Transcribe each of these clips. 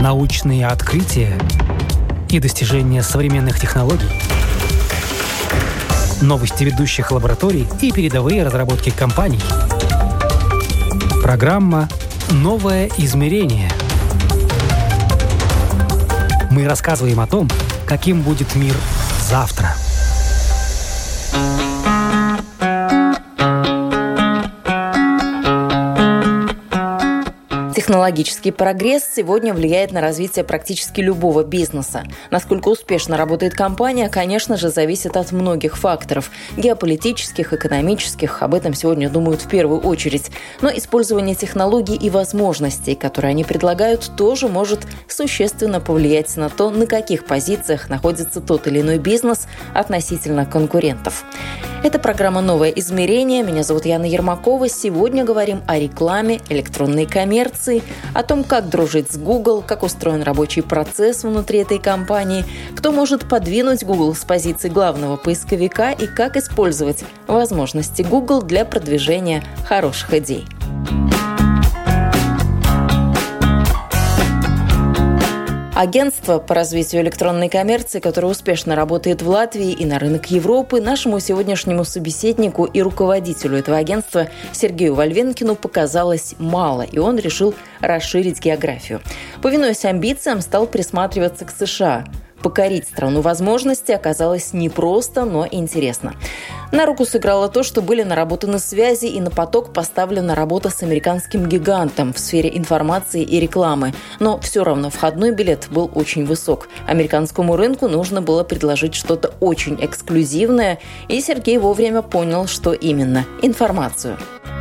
Научные открытия и достижения современных технологий. Новости ведущих лабораторий и передовые разработки компаний. Программа «Новое измерение». Мы рассказываем о том, каким будет мир завтра. Технологический прогресс сегодня влияет на развитие практически любого бизнеса. Насколько успешно работает компания, конечно же, зависит от многих факторов – геополитических, экономических. Об этом сегодня думают в первую очередь. Но использование технологий и возможностей, которые они предлагают, тоже может существенно повлиять на то, на каких позициях находится тот или иной бизнес относительно конкурентов. Это программа «Новое измерение». Меня зовут Яна Ермакова. Сегодня говорим о рекламе, электронной коммерции, о том, как дружить с Google, как устроен рабочий процесс внутри этой компании, кто может подвинуть Google с позиции главного поисковика и как использовать возможности Google для продвижения хороших идей. Агентство по развитию электронной коммерции, которое успешно работает в Латвии и на рынок Европы, нашему сегодняшнему собеседнику и руководителю этого агентства Сергею Вольвенкину показалось мало, и он решил расширить географию. Повинуясь амбициям, стал присматриваться к США. Покорить страну возможностей оказалось непросто, но интересно. На руку сыграло то, что были наработаны связи и на поток поставлена работа с американским гигантом в сфере информации и рекламы. Но все равно входной билет был очень высок. Американскому рынку нужно было предложить что-то очень эксклюзивное, и Сергей вовремя понял, что именно – информацию.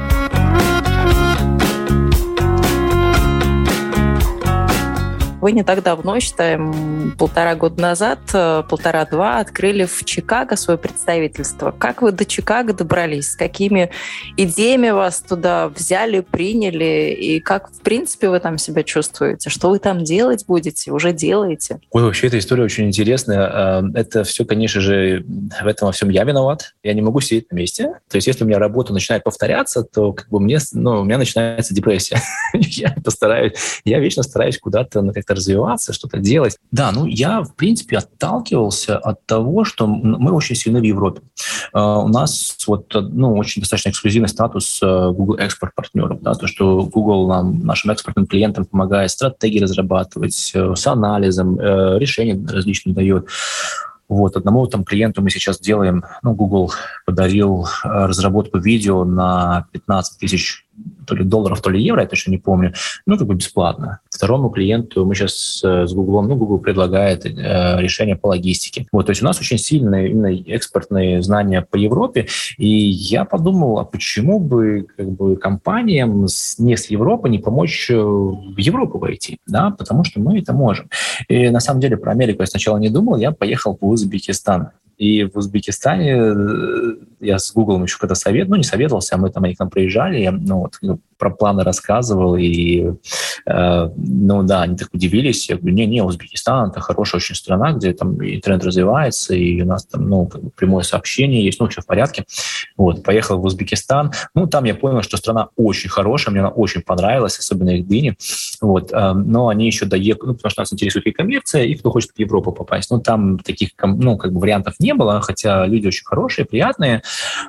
Вы не так давно, считаем, 1,5 года назад, 1,5-2, открыли в Чикаго свое представительство. Как вы до Чикаго добрались? С какими идеями вас туда взяли, приняли? И как, в принципе, вы там себя чувствуете? Что вы там делать будете? Уже делаете? Ой, вообще, эта история очень интересная. Это все, конечно же, в этом во всем я виноват. Я не могу сидеть на месте. То есть, если у меня работа начинает повторяться, то у меня начинается депрессия. Я вечно стараюсь куда-то как-то развиваться, что-то делать. Да, я, в принципе, отталкивался от того, что мы очень сильны в Европе. У нас очень достаточно эксклюзивный статус Google экспорт-партнеров. Да, то, что Google нашим экспортным клиентам помогает стратегии разрабатывать, с анализом, решения различные дает. Одному клиенту мы сейчас делаем, Google подарил разработку видео на 15 тысяч то ли долларов, то ли евро, я точно не помню, бесплатно. Второму клиенту мы сейчас с Google, Google предлагает решение по логистике. То есть у нас очень сильные именно экспортные знания по Европе, и я подумал, а почему бы компаниям не с Европы не помочь в Европу войти, да, потому что мы это можем. И на самом деле про Америку я сначала не думал, я поехал в Узбекистан. И в Узбекистане я с Google еще когда не советовался, они к нам приезжали, я про планы рассказывал, и они так удивились. Я говорю, Узбекистан — это хорошая очень страна, где там интернет развивается, и у нас там прямое сообщение есть, все в порядке. Поехал в Узбекистан. Там я понял, что страна очень хорошая, мне она очень понравилась, особенно их дыни. Но они еще доехали, потому что нас интересует и коммерция, и кто хочет в Европу попасть. Там таких вариантов не было, хотя люди очень хорошие, приятные.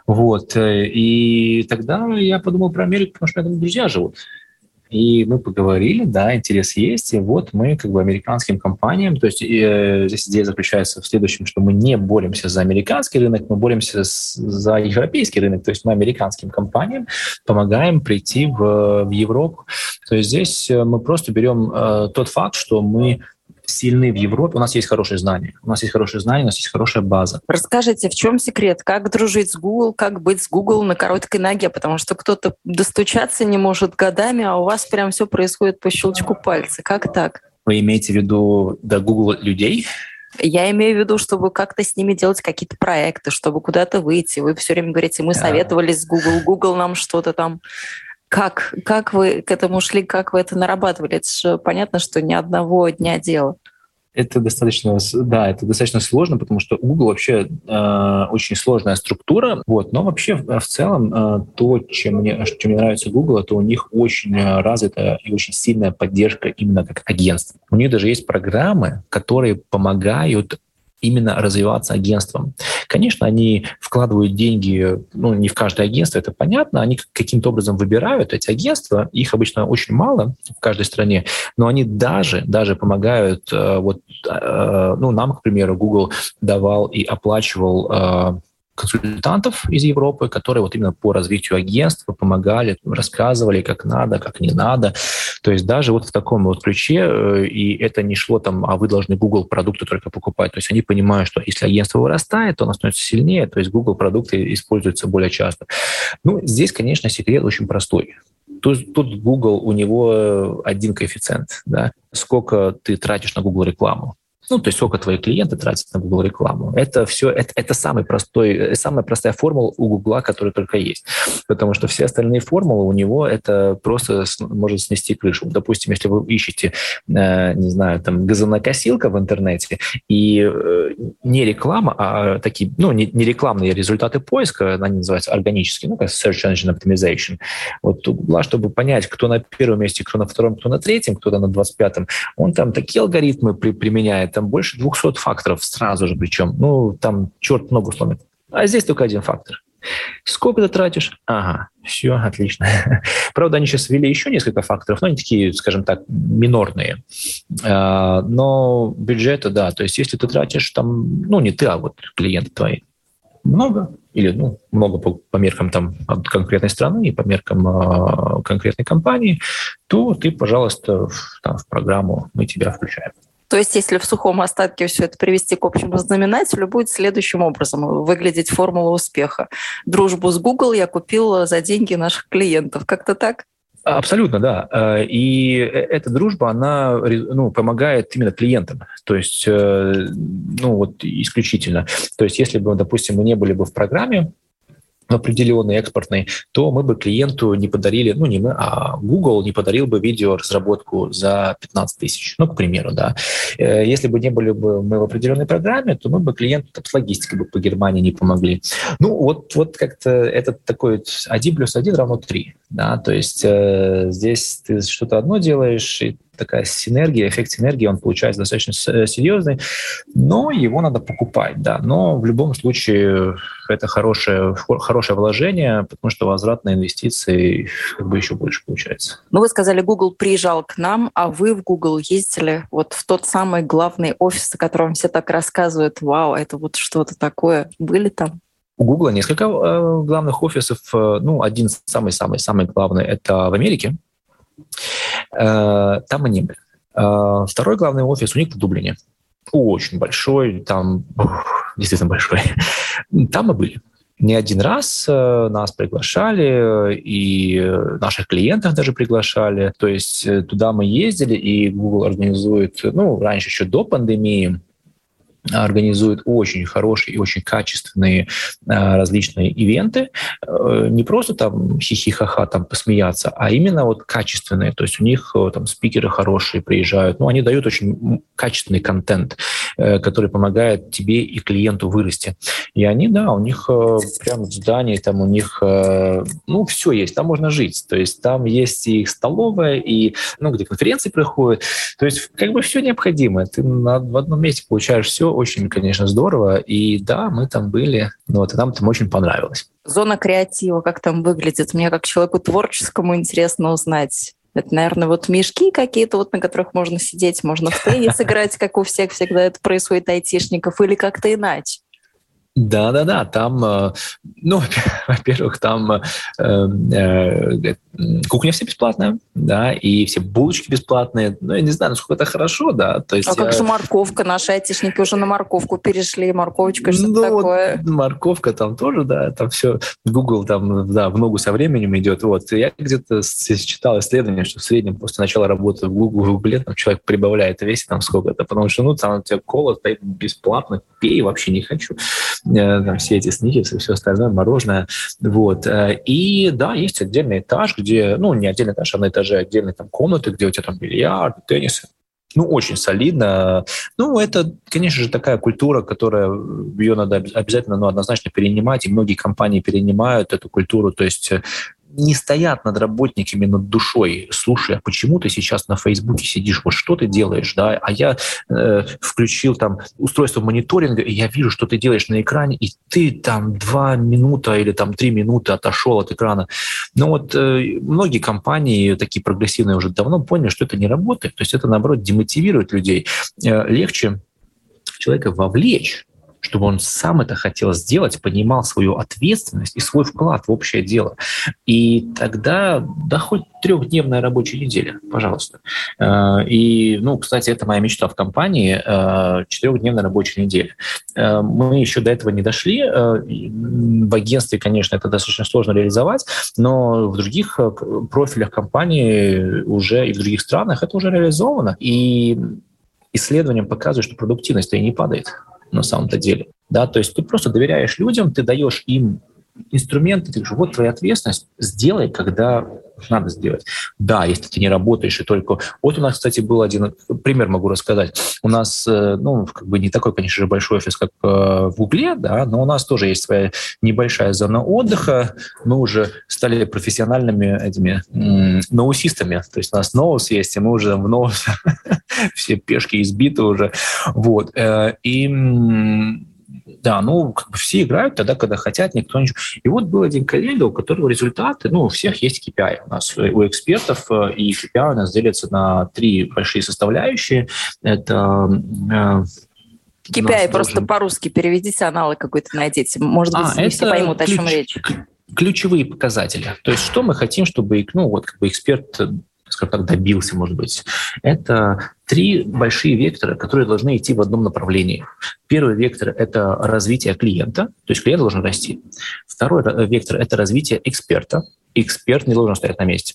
И тогда я подумал про Америку, потому что у меня там друзья живут. И мы поговорили, да, интерес есть. И мы американским компаниям, то есть здесь идея заключается в следующем, что мы не боремся за американский рынок, мы боремся за европейский рынок. То есть мы американским компаниям помогаем прийти в Европу. То есть здесь мы просто берем тот факт, что мы сильны в Европе, у нас есть хорошие знания. У нас есть хорошая база. Расскажите, в чем секрет? Как дружить с Google, как быть с Google на короткой ноге? Потому что кто-то достучаться не может годами, а у вас прям все происходит по щелчку пальца. Как так? Вы имеете в виду Google людей? Я имею в виду, чтобы как-то с ними делать какие-то проекты, чтобы куда-то выйти. Вы все время говорите, мы советовались с Google, Google нам что-то там... Как вы к этому шли, как вы это нарабатывали? Это же понятно, что ни одного дня дело. Это достаточно сложно, потому что Google вообще очень сложная структура. Вот. Но вообще в целом то, что мне нравится Google, это у них очень развитая и очень сильная поддержка именно как агентства. У них даже есть программы, которые помогают именно развиваться агентством. Конечно, они вкладывают деньги, не в каждое агентство, это понятно, они каким-то образом выбирают эти агентства, их обычно очень мало в каждой стране, но они даже помогают, нам, к примеру, Google давал и оплачивал консультантов из Европы, которые вот именно по развитию агентства помогали, рассказывали, как надо, как не надо. То есть даже вот в таком вот ключе, и это не шло а вы должны Google продукты только покупать. То есть они понимают, что если агентство вырастает, то оно становится сильнее, то есть Google продукты используются более часто. Здесь, конечно, секрет очень простой. Тут Google, у него один коэффициент, да, сколько ты тратишь на Google рекламу. То есть сколько твои клиенты тратят на Google рекламу. Это все, это самая простая формула у Google, которая только есть. Потому что все остальные формулы у него это просто может снести крышу. Допустим, если вы ищете, газонокосилка в интернете, и не реклама, а такие, не рекламные результаты поиска, они называются органические, как Search Engine Optimization. Вот у Google, чтобы понять, кто на первом месте, кто на втором, кто на третьем, кто на 25-м, он там такие алгоритмы применяет, там больше 200 факторов сразу же, причем, там черт ногу сломит. А здесь только один фактор. Сколько ты тратишь? Ага, все, отлично. Правда, они сейчас ввели еще несколько факторов, но они такие, скажем так, минорные. Но бюджета, да, то есть если ты тратишь там, не ты, а вот клиенты твои, много или много по меркам там конкретной страны и по меркам конкретной компании, то ты, пожалуйста, в программу мы тебя включаем. То есть, если в сухом остатке все это привести к общему знаменателю, будет следующим образом выглядеть формула успеха. Дружбу с Google я купил за деньги наших клиентов. Как-то так? Абсолютно, да. И эта дружба, она помогает именно клиентам. То есть, исключительно. То есть, если бы, допустим, мы не были бы в программе определенный экспортный, то мы бы клиенту не подарили, не мы, а Google не подарил бы видеоразработку за 15 тысяч, к примеру, да. Если бы не были бы мы в определенной программе, то мы бы клиенту с логистикой бы по Германии не помогли. Вот как-то это такой 1 + 1 = 3, да, то есть здесь ты что-то одно делаешь, и такая синергия, эффект синергии, он получается достаточно серьезный, но его надо покупать, да. Но в любом случае это хорошее вложение, потому что возврат на инвестиции еще больше получается. Вы сказали, Google приезжал к нам, а вы в Google ездили в тот самый главный офис, о котором все так рассказывают. Вау, это вот что-то такое. Были там? У Google несколько главных офисов. Один самый главный – это в Америке. Там мы не были. Второй главный офис у них в Дублине. Очень большой, там действительно большой. Там мы были. Не один раз нас приглашали, и наших клиентов даже приглашали. То есть туда мы ездили, и Google организует, раньше еще до пандемии, организует очень хорошие и очень качественные различные ивенты. Не просто там хихи-ха-ха там посмеяться, а именно качественные. То есть у них там спикеры хорошие приезжают. Они дают очень качественный контент, который помогает тебе и клиенту вырасти. И они, да, у них прямо в здании, там у них, все есть, там можно жить. То есть там есть и столовая, и, где конференции проходят. То есть все необходимое. Ты в одном месте получаешь все, очень, конечно, здорово. И да, мы там были, и нам там очень понравилось. Зона креатива, как там выглядит? Мне как человеку творческому интересно узнать. Это, наверное, мешки какие-то, на которых можно сидеть, можно в теннис играть, как у всех всегда это происходит, айтишников, или как-то иначе? Да, там, во-первых, там кухня все бесплатная, да, и все булочки бесплатные. Я не знаю, насколько это хорошо, да. То есть как же морковка? Наши айтишники уже на морковку перешли, морковочка, что-то такое. Морковка там тоже, да, там все, Google там, да, в ногу со временем идет. Я где-то читал исследование, что в среднем после начала работы в Google там человек прибавляет вес там сколько-то, потому что, там у тебя кола стоит бесплатно, пей, вообще не хочу. Там все эти сникерсы и все остальное, мороженое. И да, есть отдельный этаж, где, не отдельный этаж, а на этаже отдельные там комнаты, где у тебя там бильярд, теннис. очень солидно. Это, конечно же, такая культура, которая, ее надо обязательно, однозначно перенимать, и многие компании перенимают эту культуру, то есть не стоят над работниками, над душой. Слушай, а почему ты сейчас на Фейсбуке сидишь? Вот что ты делаешь, да? А я включил там устройство мониторинга, и я вижу, что ты делаешь на экране, и ты там 2 минуты или там 3 минуты отошел от экрана. Многие компании, такие прогрессивные, уже давно поняли, что это не работает. То есть это, наоборот, демотивирует людей. Легче человека вовлечь, чтобы он сам это хотел сделать, понимал свою ответственность и свой вклад в общее дело. И тогда, хоть 3-дневная рабочая неделя, пожалуйста. И, кстати, это моя мечта в компании, 4-дневная рабочая неделя. Мы еще до этого не дошли. В агентстве, конечно, это достаточно сложно реализовать, но в других профилях компании уже и в других странах это уже реализовано. И исследования показывают, что продуктивность-то и не падает на самом-то деле. Да? То есть ты просто доверяешь людям, ты даешь им инструменты, ты говоришь, вот твоя ответственность, сделай, когда надо сделать. Да, если ты не работаешь и только... Вот у нас, кстати, был один пример, могу рассказать. У нас, не такой, конечно же, большой офис, как в Гугле, да, но у нас тоже есть своя небольшая зона отдыха. Мы уже стали профессиональными этими ноусистами. То есть у нас ноус есть, и мы уже в ноус все пешки избиты уже. Вот. Да, все играют тогда, когда хотят, никто ничего. И вот был один коллега, у которого результаты, у всех есть KPI. У нас у экспертов, и KPI у нас делятся на 3 большие составляющие. Это... KPI просто по-русски переведите, аналог какой-то найдите. Может быть, не все поймут, о чем речь. Ключевые показатели. То есть что мы хотим, чтобы эксперт, скажем так, добился, может быть. Это 3 большие вектора, которые должны идти в одном направлении. Первый вектор – это развитие клиента, то есть клиент должен расти. Второй вектор – это развитие эксперта. Эксперт не должен стоять на месте.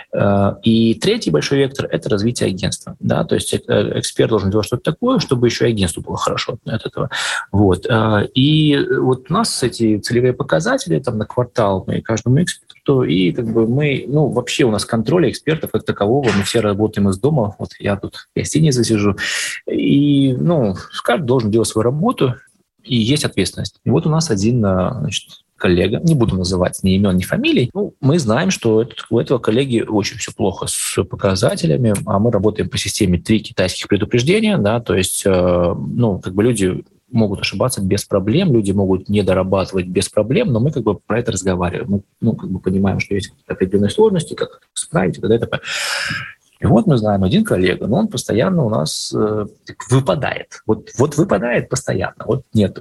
И третий большой вектор – это развитие агентства. Да? То есть эксперт должен делать что-то такое, чтобы еще и агентству было хорошо от этого. Вот. И вот у нас эти целевые показатели там, на квартал мы каждому эксперту, и мы, вообще у нас контроля экспертов как такового, мы все работаем из дома, вот я тут в гостинице сижу, и каждый должен делать свою работу, и есть ответственность. И вот у нас один, коллега, не буду называть ни имен, ни фамилий, мы знаем, что у этого коллеги очень все плохо с показателями, а мы работаем по системе 3 китайских предупреждения, да, то есть, люди могут ошибаться без проблем, люди могут не дорабатывать без проблем, но мы про это разговариваем. Мы понимаем, что есть определенные сложности, как это исправить и т.д. и т.п. И вот мы знаем один коллега, но он постоянно у нас выпадает. Вот выпадает постоянно, вот нет.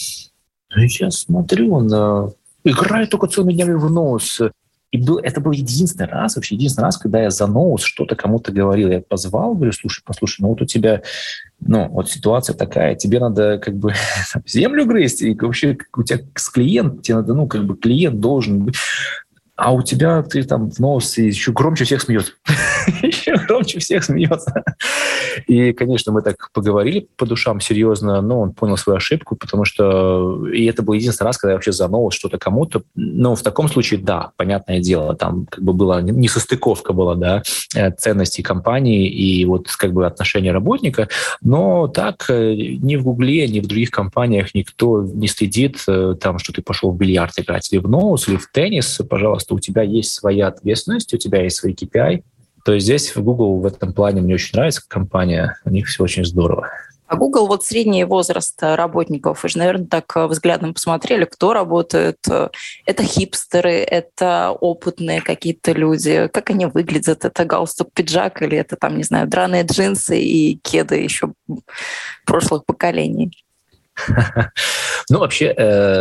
Я сейчас смотрю, он играет только целыми днями в ноус. И это был единственный раз, когда я за ноус что-то кому-то говорил. Я позвал, говорю, послушай, вот у тебя, ситуация такая, тебе надо землю грызть, и вообще у тебя с клиентом, тебе надо, клиент должен быть... А у тебя ты там в нос и еще громче всех смеется. Еще громче всех смеется. И, конечно, мы так поговорили по душам серьезно, но он понял свою ошибку, потому что... И это был единственный раз, когда я вообще занос что-то кому-то. Но в таком случае, да, понятное дело, там была несостыковка была, да, ценностей компании и отношения работника. Но так ни в Гугле, ни в других компаниях никто не следит, там, что ты пошел в бильярд играть или в ноус, или в теннис, пожалуйста, у тебя есть своя ответственность, у тебя есть свои KPI. То есть здесь в Google в этом плане мне очень нравится компания, у них все очень здорово. А Google, средний возраст работников, вы же, наверное, так взглядом посмотрели, кто работает. Это хипстеры, это опытные какие-то люди. Как они выглядят? Это галстук-пиджак или это, драные джинсы и кеды еще прошлых поколений? Вообще,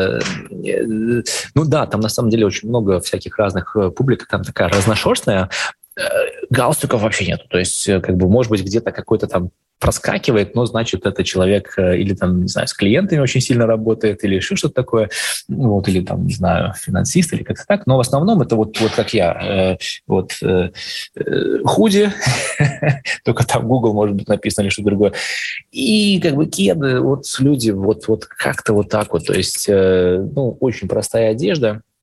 да, там на самом деле очень много всяких разных публик, там такая разношерстная. Галстуков вообще нет. То есть, может быть, где-то какой-то там проскакивает, но значит, это человек или там, не знаю, с клиентами очень сильно работает, или еще что-то такое, или там, не знаю, финансист, или как-то так. Но в основном это вот как я, худи, только там Google, может быть, написано или что-то другое. И кеды, люди как-то вот так вот. То есть, очень простая одежда.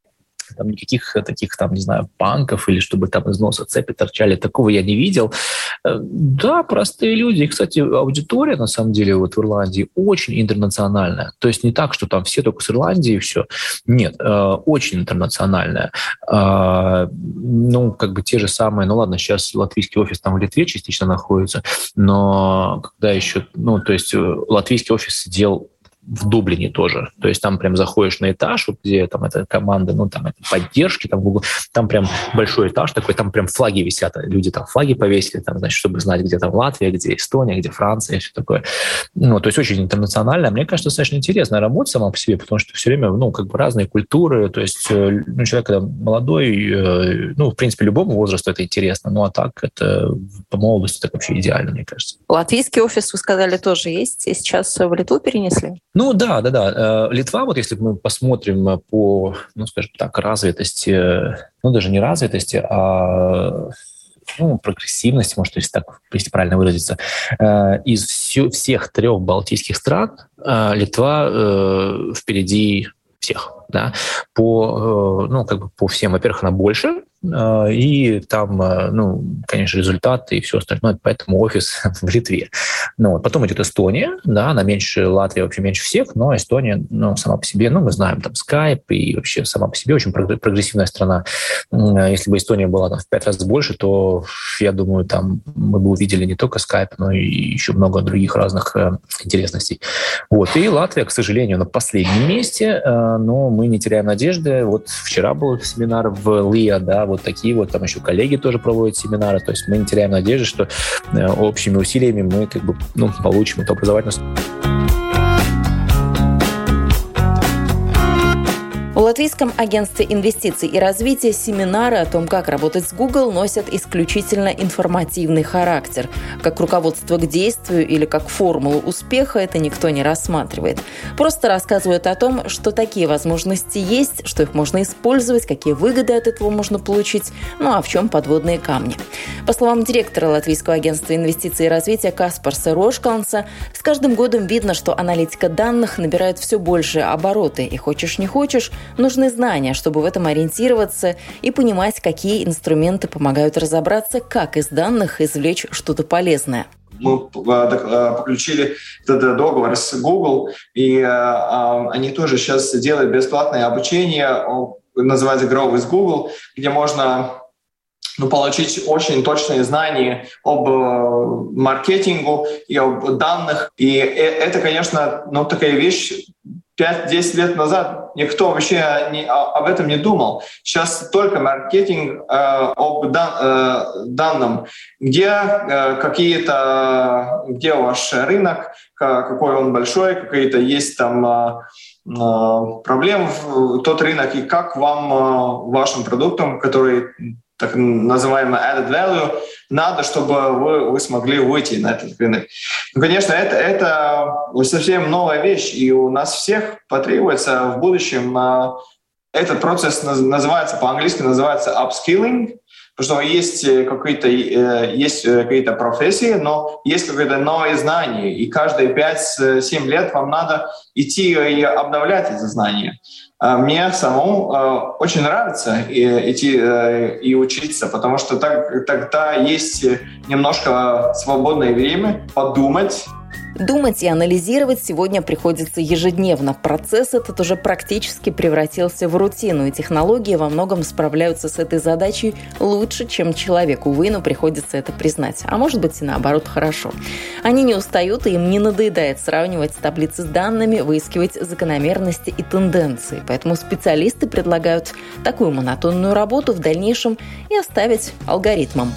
там никаких таких, там, не знаю, банков или чтобы там из носа цепи торчали, такого я не видел. Да, простые люди. И, кстати, аудитория, на самом деле, вот в Ирландии очень интернациональная. То есть не так, что там все только с Ирландии и все. Нет, очень интернациональная. Ну, как бы те же самые, ну ладно, сейчас латвийский офис там в Литве частично находится, но когда еще, ну, то есть латвийский офис сидел в Дублине тоже. То есть там прям заходишь на этаж, вот где там эта команда, ну, там это поддержки, там Google, там прям большой этаж такой, там прям флаги висят, люди там флаги повесили, там, значит, чтобы знать, где там Латвия, где Эстония, где Франция, и все такое. Ну, то есть очень интернационально. Мне кажется, достаточно интересная работа сама по себе, потому что все время, ну, как бы разные культуры, то есть, ну, человек, когда молодой, ну, в принципе, любому возрасту это интересно, ну, а так это по молодости так вообще идеально, мне кажется. Латвийский офис, вы сказали, тоже есть, и сейчас в Литву перенесли? Ну да. Литва, вот если мы посмотрим по, ну, скажем так, развитости, ну даже не развитости, а прогрессивности, может, если правильно выразиться, из всех 3 балтийских стран Литва впереди всех. Да, по всем, во-первых, она больше, и там, ну, конечно, результаты и все остальное, поэтому офис в Литве. Ну, вот. Потом идет Эстония, да, она меньше, Латвия вообще меньше всех, но Эстония, ну, сама по себе, ну, мы знаем, там, Skype, и вообще сама по себе очень прогрессивная страна. Если бы Эстония была там в 5 раз больше, то, я думаю, там мы бы увидели не только Skype, но и еще много других разных интересностей. Вот. И Латвия, к сожалению, на последнем месте, но мы не теряем надежды. Вот вчера был семинар в ЛИА, да, вот такие вот, там еще коллеги тоже проводят семинары, то есть мы не теряем надежды, что общими усилиями мы как бы, ну, получим эту образовательную. В Латвийском агентстве инвестиций и развития семинары о том, как работать с Google, носят исключительно информативный характер. Как руководство к действию или как формулу успеха это никто не рассматривает. Просто рассказывают о том, что такие возможности есть, что их можно использовать, какие выгоды от этого можно получить, ну а в чем подводные камни. По словам директора Латвийского агентства инвестиций и развития Каспарса Рошкалнса, с каждым годом видно, что аналитика данных набирает все большие обороты, и хочешь не хочешь, нужны знания, чтобы в этом ориентироваться и понимать, какие инструменты помогают разобраться, как из данных извлечь что-то полезное. Мы подключили этот договор с Google, и они тоже сейчас делают бесплатное обучение, называется Grow with Google, где можно получить очень точные знания об маркетингу и об данных. И это, конечно, такая вещь. 5-10 лет назад никто вообще об этом не думал. Сейчас только маркетинг об данном, где ваш рынок, какой он большой, какие-то есть там проблемы в тот рынок, и как вам, вашим продуктам, который так называемый added value, надо, чтобы вы смогли выйти на этот рынок. Ну, конечно, это совсем новая вещь, и у нас всех потребуется в будущем. Этот процесс по-английски называется upskilling, потому что есть какие-то профессии, но есть какие-то новые знания, и каждые 5-7 лет вам надо идти и обновлять эти знания. Мне самому очень нравится идти и учиться, потому что тогда есть немножко свободное время подумать. Думать и анализировать сегодня приходится ежедневно. Процесс этот уже практически превратился в рутину, и технологии во многом справляются с этой задачей лучше, чем человек. Увы, но приходится это признать. А может быть и наоборот хорошо. Они не устают, и им не надоедает сравнивать таблицы с данными, выискивать закономерности и тенденции. Поэтому специалисты предлагают такую монотонную работу в дальнейшем и оставить алгоритмам.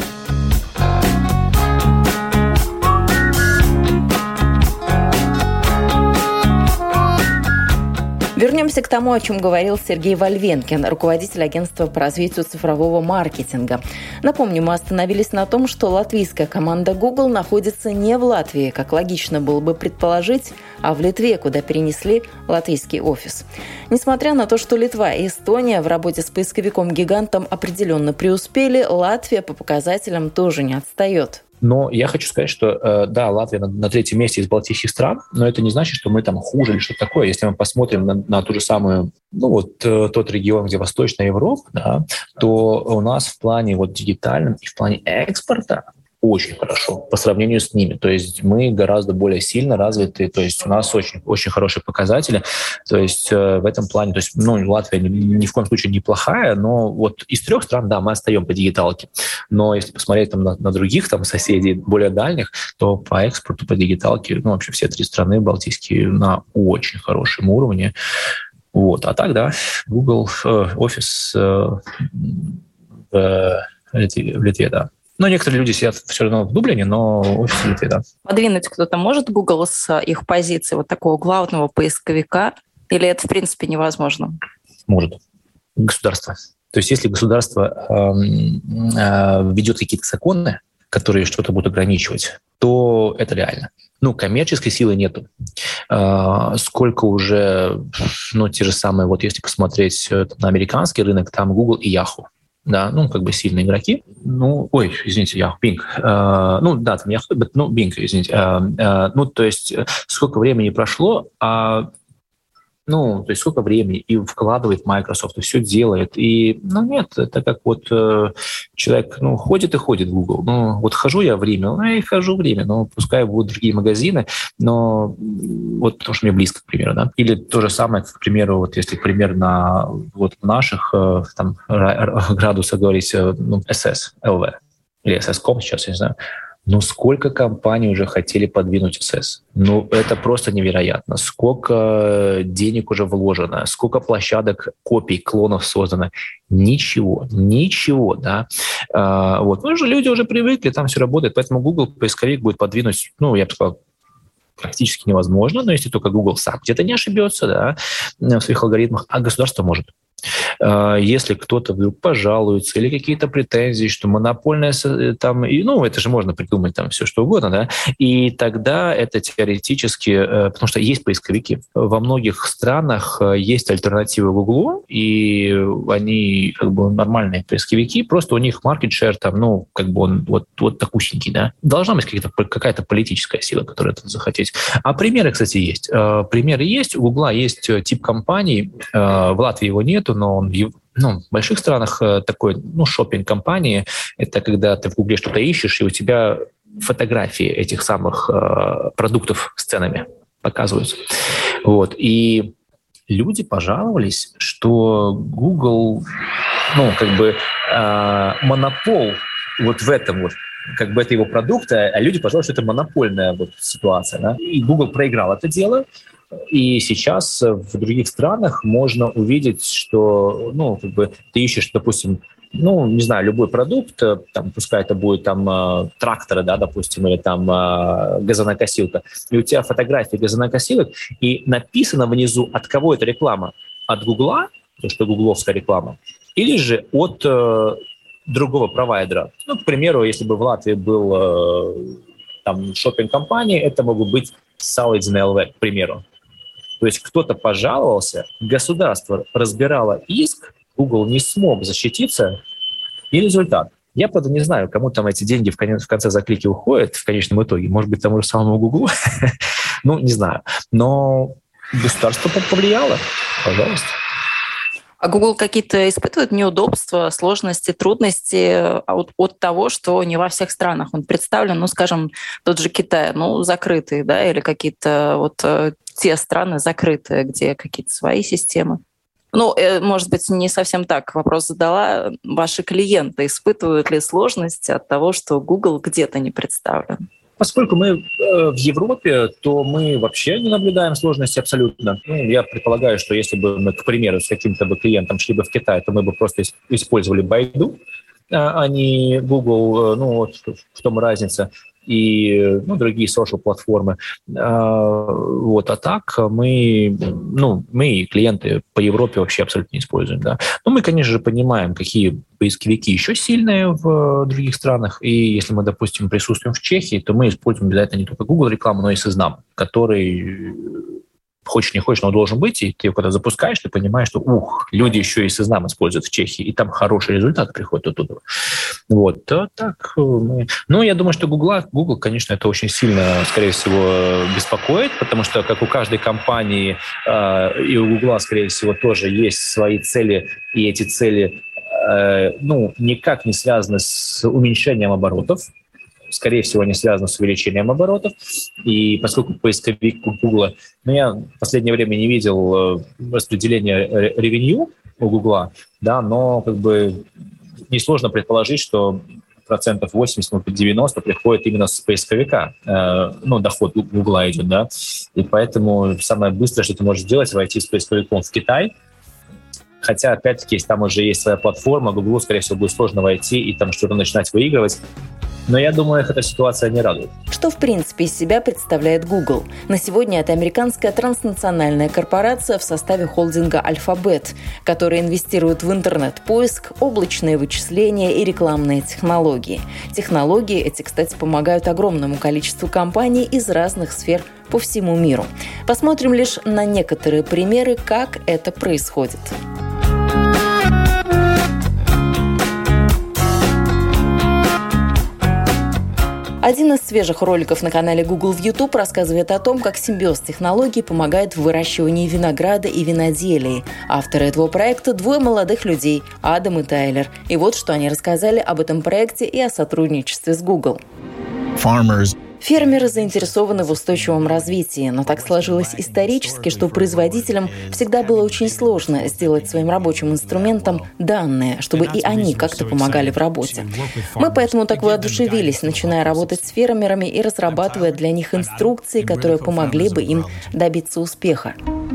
Вернемся к тому, о чем говорил Сергей Вольвенкин, руководитель агентства по развитию цифрового маркетинга. Напомню, мы остановились на том, что латвийская команда Google находится не в Латвии, как логично было бы предположить, а в Литве, куда перенесли латвийский офис. Несмотря на то, что Литва и Эстония в работе с поисковиком-гигантом определенно преуспели, Латвия по показателям тоже не отстает. Но я хочу сказать, что да, Латвия на третьем месте из балтийских стран, но это не значит, что мы там хуже или что-то такое. Если мы посмотрим на ту же самую, тот регион, где Восточная Европа, да, то у нас в плане дигитальном и в плане экспорта очень хорошо по сравнению с ними. То есть мы гораздо более сильно развиты, то есть у нас очень, очень хорошие показатели. То есть в этом плане, то есть, Латвия ни в коем случае не плохая, но из 3 стран, да, мы отстаем по дигиталке. Но если посмотреть там на других там соседей, более дальних, то по экспорту, по дигиталке, вообще все 3 страны балтийские на очень хорошем уровне. А так, да, Google офис в Литве, да. Но некоторые люди сидят все равно в Дублине, но офис в Литве, да. Подвинуть кто-то может Google с их позиции такого главного поисковика? Или это, в принципе, невозможно? Может. Государство. То есть если государство введет какие-то законы, которые что-то будут ограничивать, то это реально. Коммерческой силы нету. Сколько уже, те же самые, если посмотреть на американский рынок, там Google и Yahoo. Да, сильные игроки. Yahoo, Bing. Да, там Yahoo, Bing, извините. То есть сколько времени прошло, сколько времени и вкладывает Microsoft, и все делает. И, нет, это как человек, ходит и ходит в Google. Хожу я в Риме, и хожу в Риме, пускай будут другие магазины, но потому что мне близко, к примеру, да. Или то же самое, к примеру, если пример на в наших там градусах говорить, SS, LV, или SS.com сейчас, я не знаю. Сколько компаний уже хотели подвинуть SS? Это просто невероятно. Сколько денег уже вложено, сколько площадок, копий, клонов создано. Ничего, да. Люди уже привыкли, там все работает, поэтому Google поисковик будет подвинуть, я бы сказал, практически невозможно, но если только Google сам где-то не ошибется, да, в своих алгоритмах, а государство может. Если кто-то вдруг пожалуется или какие-то претензии, что монопольная там, это же можно придумать там все что угодно, да, и тогда это теоретически, потому что есть поисковики. Во многих странах есть альтернативы Google, и они нормальные поисковики, просто у них market share там, он такущенький, да. Должна быть какая-то политическая сила, которая это захотеть. А примеры, кстати, есть. Примеры есть. У Google есть тип компаний, в Латвии его нету, но он в больших странах такой, шоппинг-компании, это когда ты в Гугле что-то ищешь, и у тебя фотографии этих самых продуктов с ценами показываются. И люди пожаловались, что Google, монопол в этом это его продукт, а люди пожаловались, что это монопольная ситуация. Да? И Google проиграл это дело. И сейчас в других странах можно увидеть, что, ты ищешь, допустим, не знаю, любой продукт, там, пускай это будет там тракторы, да, допустим, или там газонокосилка, и у тебя фотографии газонокосилок, и написано внизу, от кого эта реклама? От Гугла, то, что гугловская реклама, или же от другого провайдера. К примеру, если бы в Латвии был там шоппинг-компании, это могут быть Салидин ЛВ, к примеру. То есть кто-то пожаловался, государство разбирало иск, Google не смог защититься, и результат. Я, правда, не знаю, кому там эти деньги в конце за клики уходят в конечном итоге. Может быть, тому же самому Google? Не знаю. Но государство повлияло. Пожалуйста. А Google какие-то испытывает неудобства, сложности, трудности от того, что не во всех странах он представлен, скажем, тот же Китай, закрытый, да, или какие-то те страны закрытые, где какие-то свои системы. Может быть, не совсем так вопрос задала. Ваши клиенты испытывают ли сложности от того, что Google где-то не представлен? Поскольку мы в Европе, то мы вообще не наблюдаем сложности абсолютно. Я предполагаю, что если бы мы, к примеру, с каким-то клиентом шли бы в Китай, то мы бы просто использовали Baidu, а не Google, в том разница, и другие social-платформы. А так мы и клиенты по Европе вообще абсолютно не используем. Да. Мы, конечно же, понимаем, какие поисковики еще сильные в других странах, и если мы, допустим, присутствуем в Чехии, то мы используем обязательно не только Google рекламу, но и Сизнам, который хочешь не хочешь, но он должен быть, и ты его когда запускаешь, ты понимаешь, что люди еще и SysNAM используют в Чехии, и там хороший результат приходит оттуда. Вот, так мы... Ну, я думаю, что Google, конечно, это очень сильно, скорее всего, беспокоит, потому что, как у каждой компании, и у Google, скорее всего, тоже есть свои цели, и эти цели, никак не связаны с уменьшением оборотов. Скорее всего, они связаны с увеличением оборотов. И поскольку поисковик у Google... я в последнее время не видел распределения ревенью у Google, да, но несложно предположить, что 80-90% приходит именно с поисковика. Доход Google идет, да. И поэтому самое быстрое, что ты можешь сделать, войти с поисковиком в Китай. Хотя, опять-таки, если там уже есть своя платформа, Google, скорее всего, будет сложно войти и там что-то начинать выигрывать. Но я думаю, их эта ситуация не радует. Что, в принципе, из себя представляет Google? На сегодня это американская транснациональная корпорация в составе холдинга Alphabet, которая инвестирует в интернет-поиск, облачные вычисления и рекламные технологии. Технологии эти, кстати, помогают огромному количеству компаний из разных сфер по всему миру. Посмотрим лишь на некоторые примеры, как это происходит. Один из свежих роликов на канале Google в YouTube рассказывает о том, как симбиоз технологий помогает в выращивании винограда и виноделии. Авторы этого проекта – двое молодых людей – Адам и Тайлер. И вот что они рассказали об этом проекте и о сотрудничестве с Google. Фермеры заинтересованы в устойчивом развитии, но так сложилось исторически, что производителям всегда было очень сложно сделать своим рабочим инструментом данные, чтобы и они как-то помогали в работе. Мы поэтому так воодушевились, начиная работать с фермерами и разрабатывая для них инструкции, которые помогли бы им добиться успеха.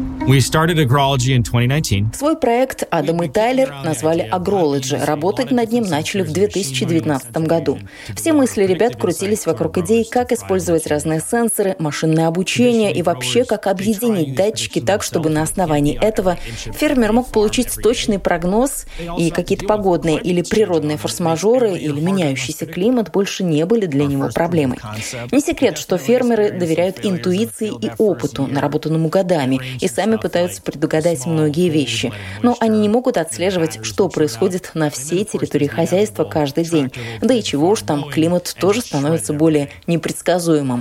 Свой проект Адам и Тайлер назвали Agrology. Работать над ним начали в 2019 году. Все мысли ребят крутились вокруг идей, как использовать разные сенсоры, машинное обучение и вообще, как объединить датчики так, чтобы на основании этого фермер мог получить точный прогноз, и какие-то погодные или природные форс-мажоры или меняющийся климат больше не были для него проблемой. Не секрет, что фермеры доверяют интуиции и опыту, наработанному годами, и сами пытаются предугадать многие вещи. Но они не могут отслеживать, что происходит на всей территории хозяйства каждый день. Да и чего уж там, климат тоже становится более непредсказуемым.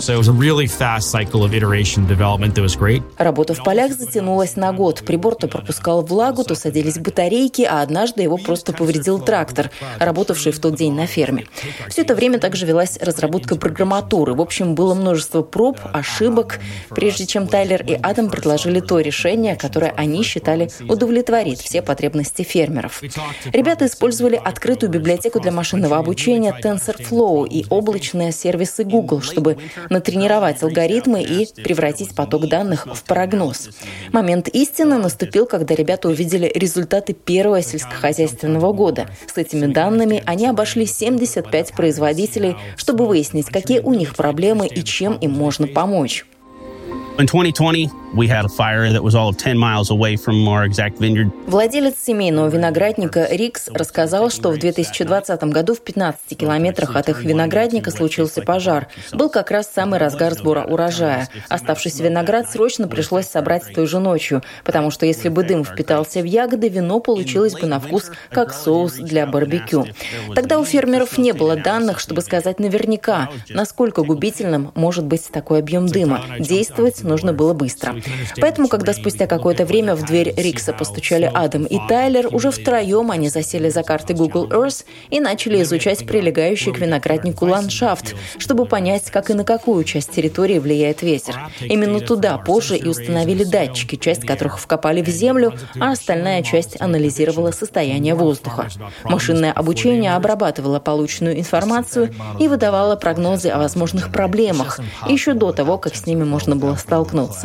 Работа в полях затянулась на год. Прибор то пропускал влагу, то садились батарейки, а однажды его просто повредил трактор, работавший в тот день на ферме. Все это время также велась разработка программатуры. В общем, было множество проб, ошибок, прежде чем Тайлер и Адам предложили то решение, которое они считали удовлетворит все потребности фермеров. Ребята использовали открытую библиотеку для машинного обучения TensorFlow и облачные сервисы Google, чтобы натренировать алгоритмы и превратить поток данных в прогноз. Момент истины наступил, когда ребята увидели результаты первого сельскохозяйственного года. С этими данными они обошли 75 производителей, чтобы выяснить, какие у них проблемы и чем им можно помочь. Владелец семейного виноградника Рикс рассказал, что в 2020 году в 15 километрах от их виноградника случился пожар. Был как раз самый разгар сбора урожая. Оставшийся виноград срочно пришлось собрать той же ночью, потому что если бы дым впитался в ягоды, вино получилось бы на вкус как соус для барбекю. Тогда у фермеров не было данных, чтобы сказать наверняка, насколько губительным может быть такой объем дыма. Действовать нужно было быстро. Поэтому, когда спустя какое-то время в дверь Рикса постучали Адам и Тайлер, уже втроем они засели за картой Google Earth и начали изучать прилегающий к винограднику ландшафт, чтобы понять, как и на какую часть территории влияет ветер. Именно туда позже и установили датчики, часть которых вкопали в землю, а остальная часть анализировала состояние воздуха. Машинное обучение обрабатывало полученную информацию и выдавало прогнозы о возможных проблемах, еще до того, как с ними можно было столкнуться.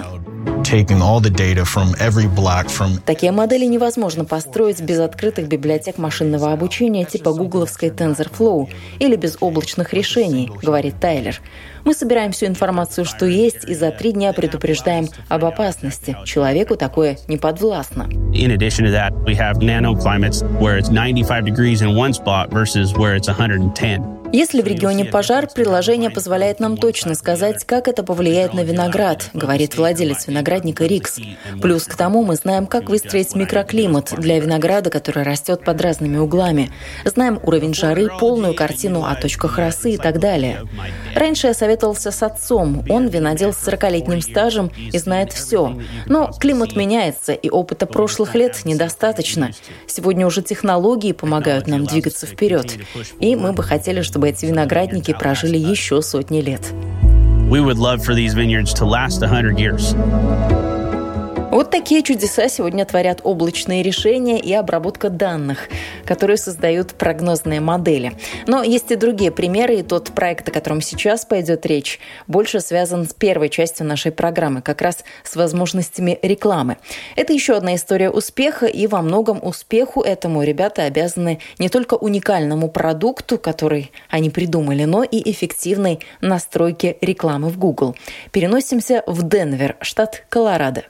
Такие модели невозможно построить без открытых библиотек машинного обучения типа гугловской TensorFlow или без облачных решений, говорит Тайлер. Мы собираем всю информацию, что есть, и за 3 дня предупреждаем об опасности. Человеку такое не подвластно. In addition to that, we have nanoclimates where it's 95 degrees in one spot versus where it's 110. Если в регионе пожар, приложение позволяет нам точно сказать, как это повлияет на виноград, говорит владелец виноградника Рикс. Плюс к тому мы знаем, как выстроить микроклимат для винограда, который растет под разными углами. Знаем уровень жары, полную картину о точках росы и так далее. Раньше я советовался с отцом. Он винодел с 40-летним стажем и знает все. Но климат меняется, и опыта прошлых лет недостаточно. Сегодня уже технологии помогают нам двигаться вперед. И мы бы хотели, чтобы эти виноградники прожили еще сотни лет. We would love for these vineyards to last 100 years. Вот такие чудеса сегодня творят облачные решения и обработка данных, которые создают прогнозные модели. Но есть и другие примеры, и тот проект, о котором сейчас пойдет речь, больше связан с первой частью нашей программы, как раз с возможностями рекламы. Это еще одна история успеха, и во многом успеху этому ребята обязаны не только уникальному продукту, который они придумали, но и эффективной настройке рекламы в Google. Переносимся в Денвер, штат Колорадо.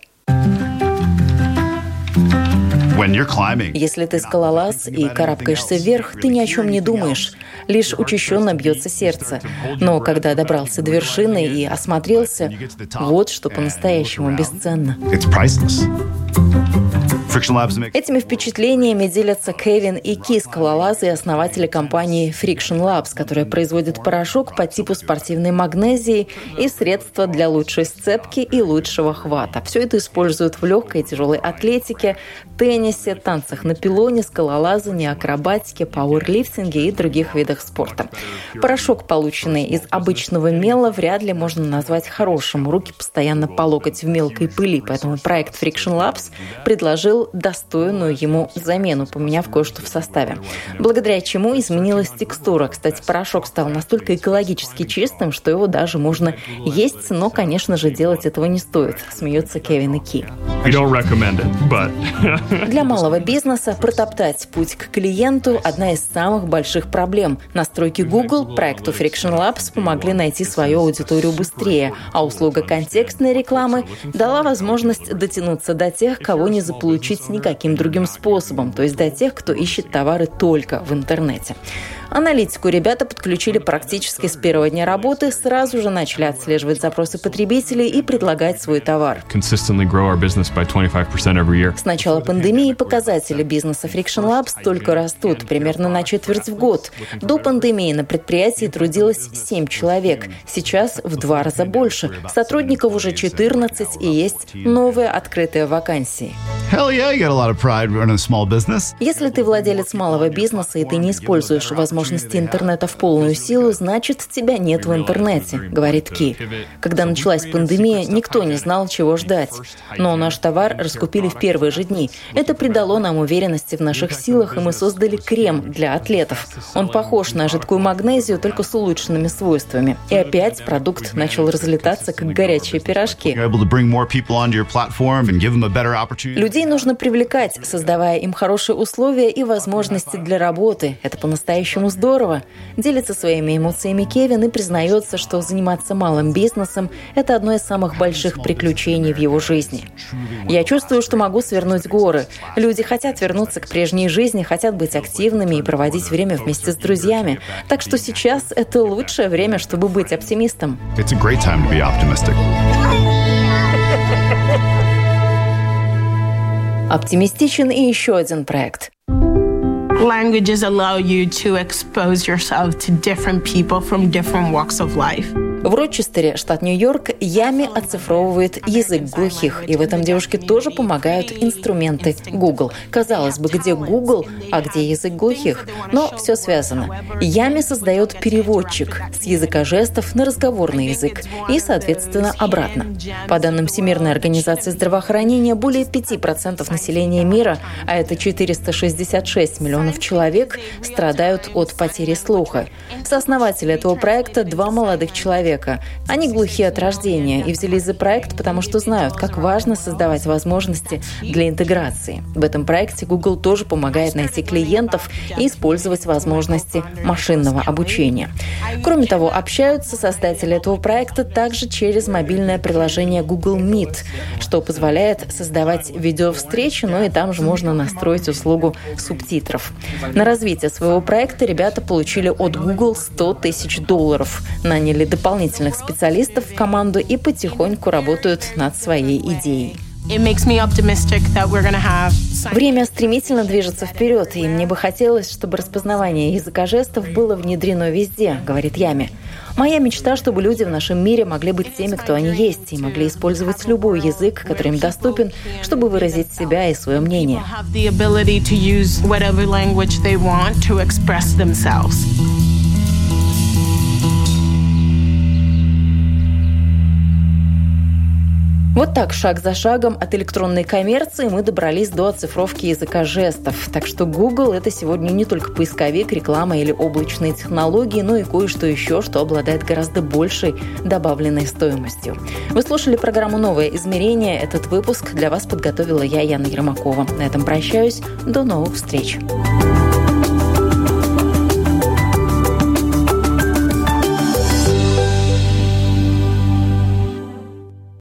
Если ты скалолаз и карабкаешься вверх, ты ни о чем не думаешь, лишь учащенно бьется сердце. Но когда добрался до вершины и осмотрелся, вот что по-настоящему бесценно. Этими впечатлениями делятся Кевин и Ки, скалолазы и основатели компании Friction Labs, которая производит порошок по типу спортивной магнезии и средства для лучшей сцепки и лучшего хвата. Все это используют в легкой и тяжелой атлетике, теннисе, танцах на пилоне, скалолазании, акробатике, пауэрлифтинге и других видах спорта. Порошок, полученный из обычного мела, вряд ли можно назвать хорошим. Руки постоянно по локоть в мелкой пыли, поэтому проект Friction Labs предложил достойную ему замену, поменяв кое-что в составе. Благодаря чему изменилась текстура. Кстати, порошок стал настолько экологически чистым, что его даже можно есть, но, конечно же, делать этого не стоит, смеются Кевин и Ки. Для малого бизнеса протоптать путь к клиенту – одна из самых больших проблем. Настройки Google проекту Friction Labs помогли найти свою аудиторию быстрее, а услуга контекстной рекламы дала возможность дотянуться до тех, кого не заполучить никаким другим способом, то есть до тех, кто ищет товары только в интернете. Аналитику ребята подключили практически с первого дня работы, сразу же начали отслеживать запросы потребителей и предлагать свой товар. С начала пандемии показатели бизнеса Friction Labs только растут, примерно на четверть в год. До пандемии на предприятии трудилось 7 человек, сейчас в 2 раза больше. Сотрудников уже 14 и есть новые открытые вакансии. Если ты владелец малого бизнеса и ты не используешь возможности интернета в полную силу, значит, тебя нет в интернете, говорит Ки. Когда началась пандемия, никто не знал, чего ждать. Но наш товар раскупили в первые же дни. Это придало нам уверенности в наших силах, и мы создали крем для атлетов. Он похож на жидкую магнезию, только с улучшенными свойствами. И опять продукт начал разлетаться, как горячие пирожки. Людей нужно привлекать, создавая им хорошие условия и возможности для работы. Это по-настоящему здорово. Делится своими эмоциями Кевин и признается, что заниматься малым бизнесом – это одно из самых больших приключений в его жизни. Я чувствую, что могу свернуть горы. Люди хотят вернуться к прежней жизни, хотят быть активными и проводить время вместе с друзьями. Так что сейчас это лучшее время, чтобы быть оптимистом. Оптимистичен и еще один проект. Languages allow you to expose yourself to different people from different walks of life. В Рочестере, штат Нью-Йорк, Ями оцифровывает язык глухих. И в этом девушке тоже помогают инструменты Google. Казалось бы, где Google, а где язык глухих? Но все связано. Ями создает переводчик с языка жестов на разговорный язык. И, соответственно, обратно. По данным Всемирной организации здравоохранения, более 5% населения мира, а это 466 миллионов человек, страдают от потери слуха. Сооснователи этого проекта – 2 молодых человека. человека. Они глухи от рождения и взялись за проект, потому что знают, как важно создавать возможности для интеграции. В этом проекте Google тоже помогает найти клиентов и использовать возможности машинного обучения. Кроме того, общаются создатели этого проекта также через мобильное приложение Google Meet, что позволяет создавать видеовстречи, но и там же можно настроить услугу субтитров. На развитие своего проекта ребята получили от Google $100 тысяч, наняли дополнительных специалистов в команду и потихоньку работают над своей идеей. Время стремительно движется вперед, и мне бы хотелось, чтобы распознавание языка жестов было внедрено везде, говорит Ями. Моя мечта, чтобы люди в нашем мире могли быть теми, кто они есть, и могли использовать любой язык, который им доступен, чтобы выразить себя и свое мнение. Вот так, шаг за шагом от электронной коммерции мы добрались до оцифровки языка жестов. Так что Google – это сегодня не только поисковик, реклама или облачные технологии, но и кое-что еще, что обладает гораздо большей добавленной стоимостью. Вы слушали программу «Новое измерение». Этот выпуск для вас подготовила я, Яна Ермакова. На этом прощаюсь. До новых встреч.